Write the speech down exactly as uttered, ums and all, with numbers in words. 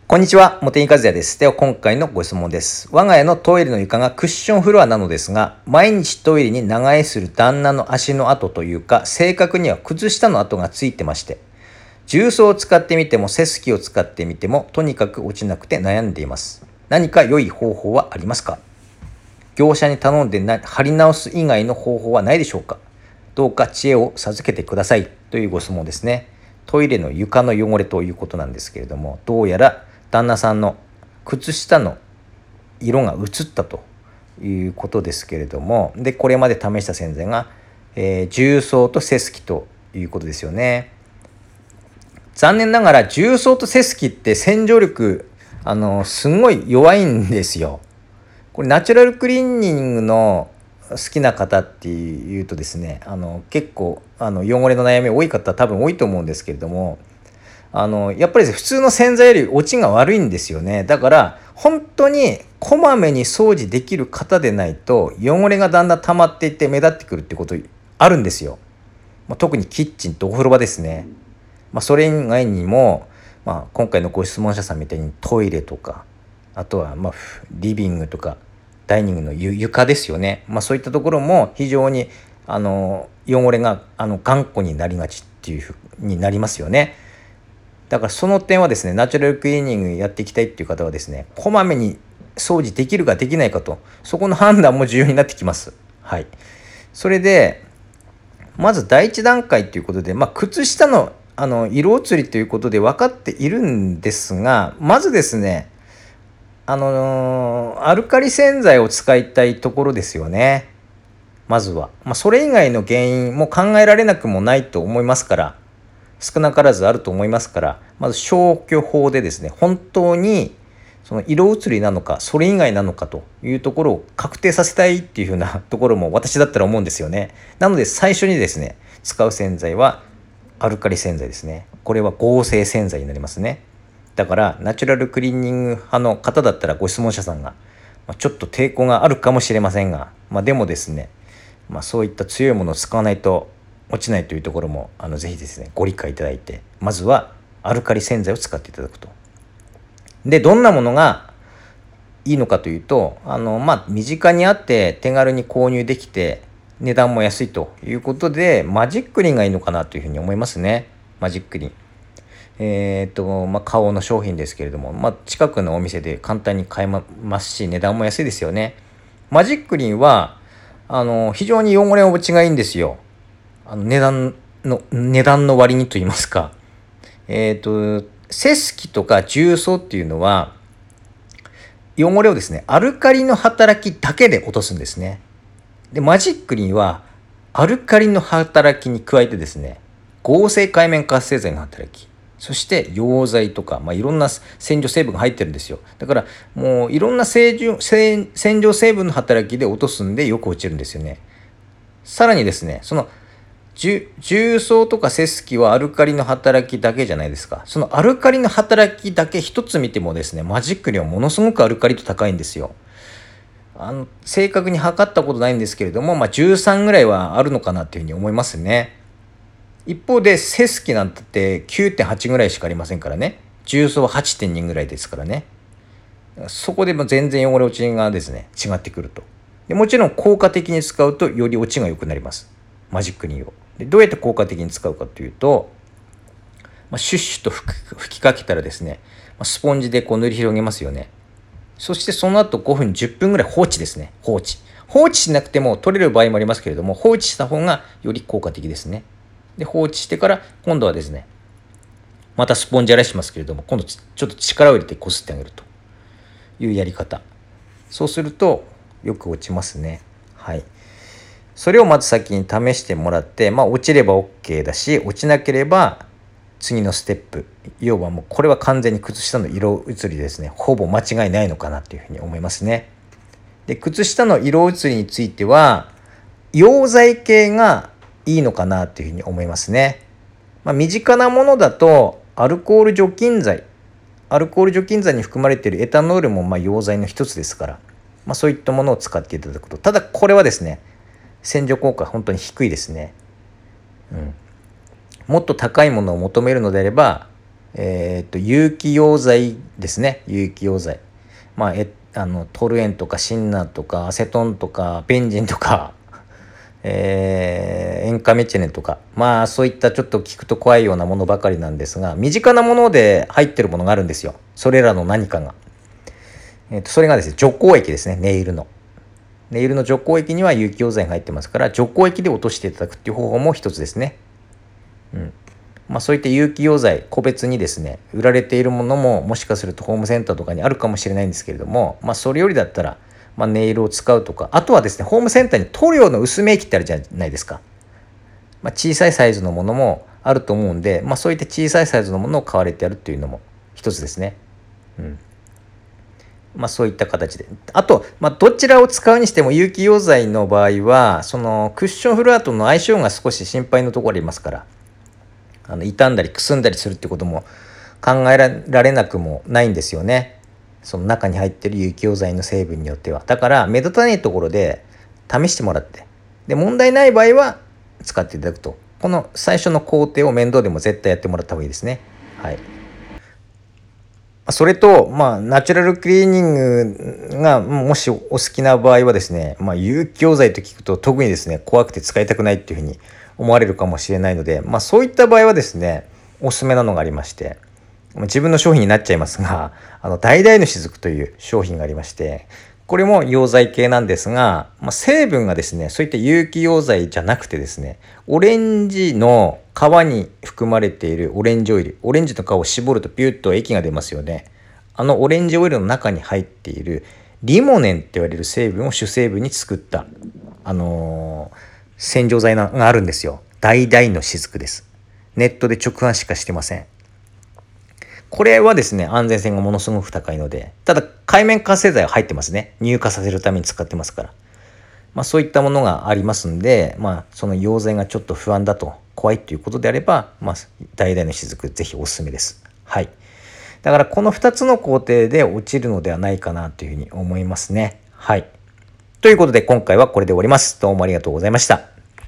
こんにちは、茂木和也です。では今回のご質問です。我が家のトイレの床がクッションフロアなのですが、毎日トイレに長居する旦那の足の跡というか、正確には靴下の跡がついてまして、重曹を使ってみても、セスキを使ってみても、とにかく落ちなくて悩んでいます。何か良い方法はありますか？業者に頼んでな貼り直す以外の方法はないでしょうか？どうか知恵を授けてくださいというご質問ですね。トイレの床の汚れということなんですけれども、どうやら旦那さんの靴下の色が移ったということですけれども、でこれまで試した洗剤が、えー、重曹とセスキということですよね。残念ながら重曹とセスキって洗浄力あのすごい弱いんですよ。これナチュラルクリーニングの好きな方っていうとですね、あの結構あの汚れの悩み多い方多分多いと思うんですけれども、あのやっぱり普通の洗剤より落ちが悪いんですよね。だから本当にこまめに掃除できる方でないと汚れがだんだん溜まっていって目立ってくるってことあるんですよ。まあ、特にキッチンとお風呂場ですね。まあ、それ以外にも、まあ、今回のご質問者さんみたいにトイレとか、あとはまあリビングとかダイニングの床ですよね。まあ、そういったところも非常にあの汚れがあの頑固になりがちっていうふうになりますよね。だからその点はですね、ナチュラルクリーニングやっていきたいっていう方はですね、こまめに掃除できるかできないかと、そこの判断も重要になってきます。はい。それで、まず第一段階ということで、まあ、靴下のあの色移りということで分かっているんですが、まずですね、あのー、アルカリ洗剤を使いたいところですよね。まずは。まあ、それ以外の原因も考えられなくもないと思いますから、少なからずあると思いますから、まず消去法でですね、本当にその色移りなのか、それ以外なのかというところを確定させたいっていうふうなところも私だったら思うんですよね。なので最初にですね、使う洗剤はアルカリ洗剤ですね。これは合成洗剤になりますね。だからナチュラルクリーニング派の方だったらご質問者さんが、まあ、ちょっと抵抗があるかもしれませんが、まあ、でもですね、まあ、そういった強いものを使わないと落ちないというところもあのぜひですねご理解いただいて、まずはアルカリ洗剤を使っていただくと。でどんなものがいいのかというと、あのまあ身近にあって手軽に購入できて値段も安いということで、マジックリンがいいのかなというふうに思いますね。マジックリン、えー、っとまあ花王の商品ですけれども、まあ、近くのお店で簡単に買えますし、値段も安いですよね。マジックリンはあの非常に汚れ落ちがいいんですよ。あの値段の値段の割にと言いますか、えっとセスキとか重曹っていうのは汚れをですねアルカリの働きだけで落とすんですね。でマジックリンはアルカリの働きに加えてですね、合成界面活性剤の働き、そして溶剤とか、まあ、いろんな洗浄成分が入ってるんですよ。だからもういろんな洗浄洗浄成分の働きで落とすんでよく落ちるんですよね。さらにですね、その重曹とかセスキはアルカリの働きだけじゃないですか。そのアルカリの働きだけ一つ見てもですね、マジックリンはものすごくアルカリ度高いんですよ。あの正確に測ったことないんですけれども、まあ、じゅうさんぐらいはあるのかなというふうに思いますね。一方でセスキなんて きゅうてんはち ぐらいしかありませんからね。重曹は はちてんに ぐらいですからね。そこでも全然汚れ落ちがですね違ってくると。でもちろん効果的に使うとより落ちが良くなります。マジックリンを。でどうやって効果的に使うかというと、まあ、シュッシュと吹きかけたらですね、スポンジでこう塗り広げますよね。そしてその後ごふんじゅっぷんぐらい放置ですね。放置。放置しなくても取れる場合もありますけれども、放置した方がより効果的ですね。で放置してから今度はですね、またスポンジ洗いしますけれども、今度ちょっと力を入れてこすってあげるというやり方。そうするとよく落ちますね。はい。それをまず先に試してもらって、まあ落ちれば OK だし、落ちなければ次のステップ、要はもうこれは完全に靴下の色移りですね、ほぼ間違いないのかなというふうに思いますね。で靴下の色移りについては溶剤系がいいのかなというふうに思いますね。まあ、身近なものだとアルコール除菌剤、アルコール除菌剤に含まれているエタノールもまあ溶剤の一つですから、まあ、そういったものを使っていただくと。ただこれはですね、洗浄効果は本当に低いですね。うん、もっと高いものを求めるのであればえっと有機溶剤ですね。有機溶剤。まあ、えあのトルエンとかシンナーとかアセトンとかベンジンとか、えー、塩化メチレンとか、まあそういったちょっと聞くと怖いようなものばかりなんですが、身近なもので入ってるものがあるんですよ。それらの何かが。えー、とそれがですね、除光液ですね。ネイルの。ネイルの除光液には有機溶剤が入ってますから、除光液で落としていただくっていう方法も一つですね。うん。まあそういった有機溶剤、個別にですね、売られているものももしかするとホームセンターとかにあるかもしれないんですけれども、まあそれよりだったら、まあ、ネイルを使うとか、あとはですね、ホームセンターに塗料の薄め液ってあるじゃないですか。まあ、小さいサイズのものもあると思うんで、まあそういった小さいサイズのものを買われてやるっていうのも一つですね。うん。まあそういった形で。あと、まあどちらを使うにしても有機溶剤の場合は、そのクッションフロアとの相性が少し心配のところありますから、あの傷んだりくすんだりするってことも考えられなくもないんですよね。その中に入っている有機溶剤の成分によっては。だから目立たないところで試してもらって、で問題ない場合は使っていただくと。この最初の工程を面倒でも絶対やってもらった方がいいですね。はい。それと、まあ、ナチュラルクリーニングがもしお好きな場合はですね、まあ、有機溶剤と聞くと特にですね、怖くて使いたくないっていうふうに思われるかもしれないので、まあ、そういった場合はですね、おすすめなのがありまして、自分の商品になっちゃいますが、あの、橙の雫という商品がありまして、これも溶剤系なんですが、まあ、成分がですね、そういった有機溶剤じゃなくてですね、オレンジの皮に含まれているオレンジオイル、オレンジの皮を絞るとピュッと液が出ますよね。あのオレンジオイルの中に入っているリモネンって言われる成分を主成分に作った、あのー、洗浄剤があるんですよ。橙の雫です。ネットで直販しかしてません。これはですね、安全性がものすごく高いので、ただ界面活性剤は入ってますね。乳化させるために使ってますから。まあそういったものがありますんで、まあその溶剤がちょっと不安だと、怖いということであれば、まあ橙の雫ぜひおすすめです。はい。だからこのふたつの工程で落ちるのではないかなというふうに思いますね。はい。ということで今回はこれで終わります。どうもありがとうございました。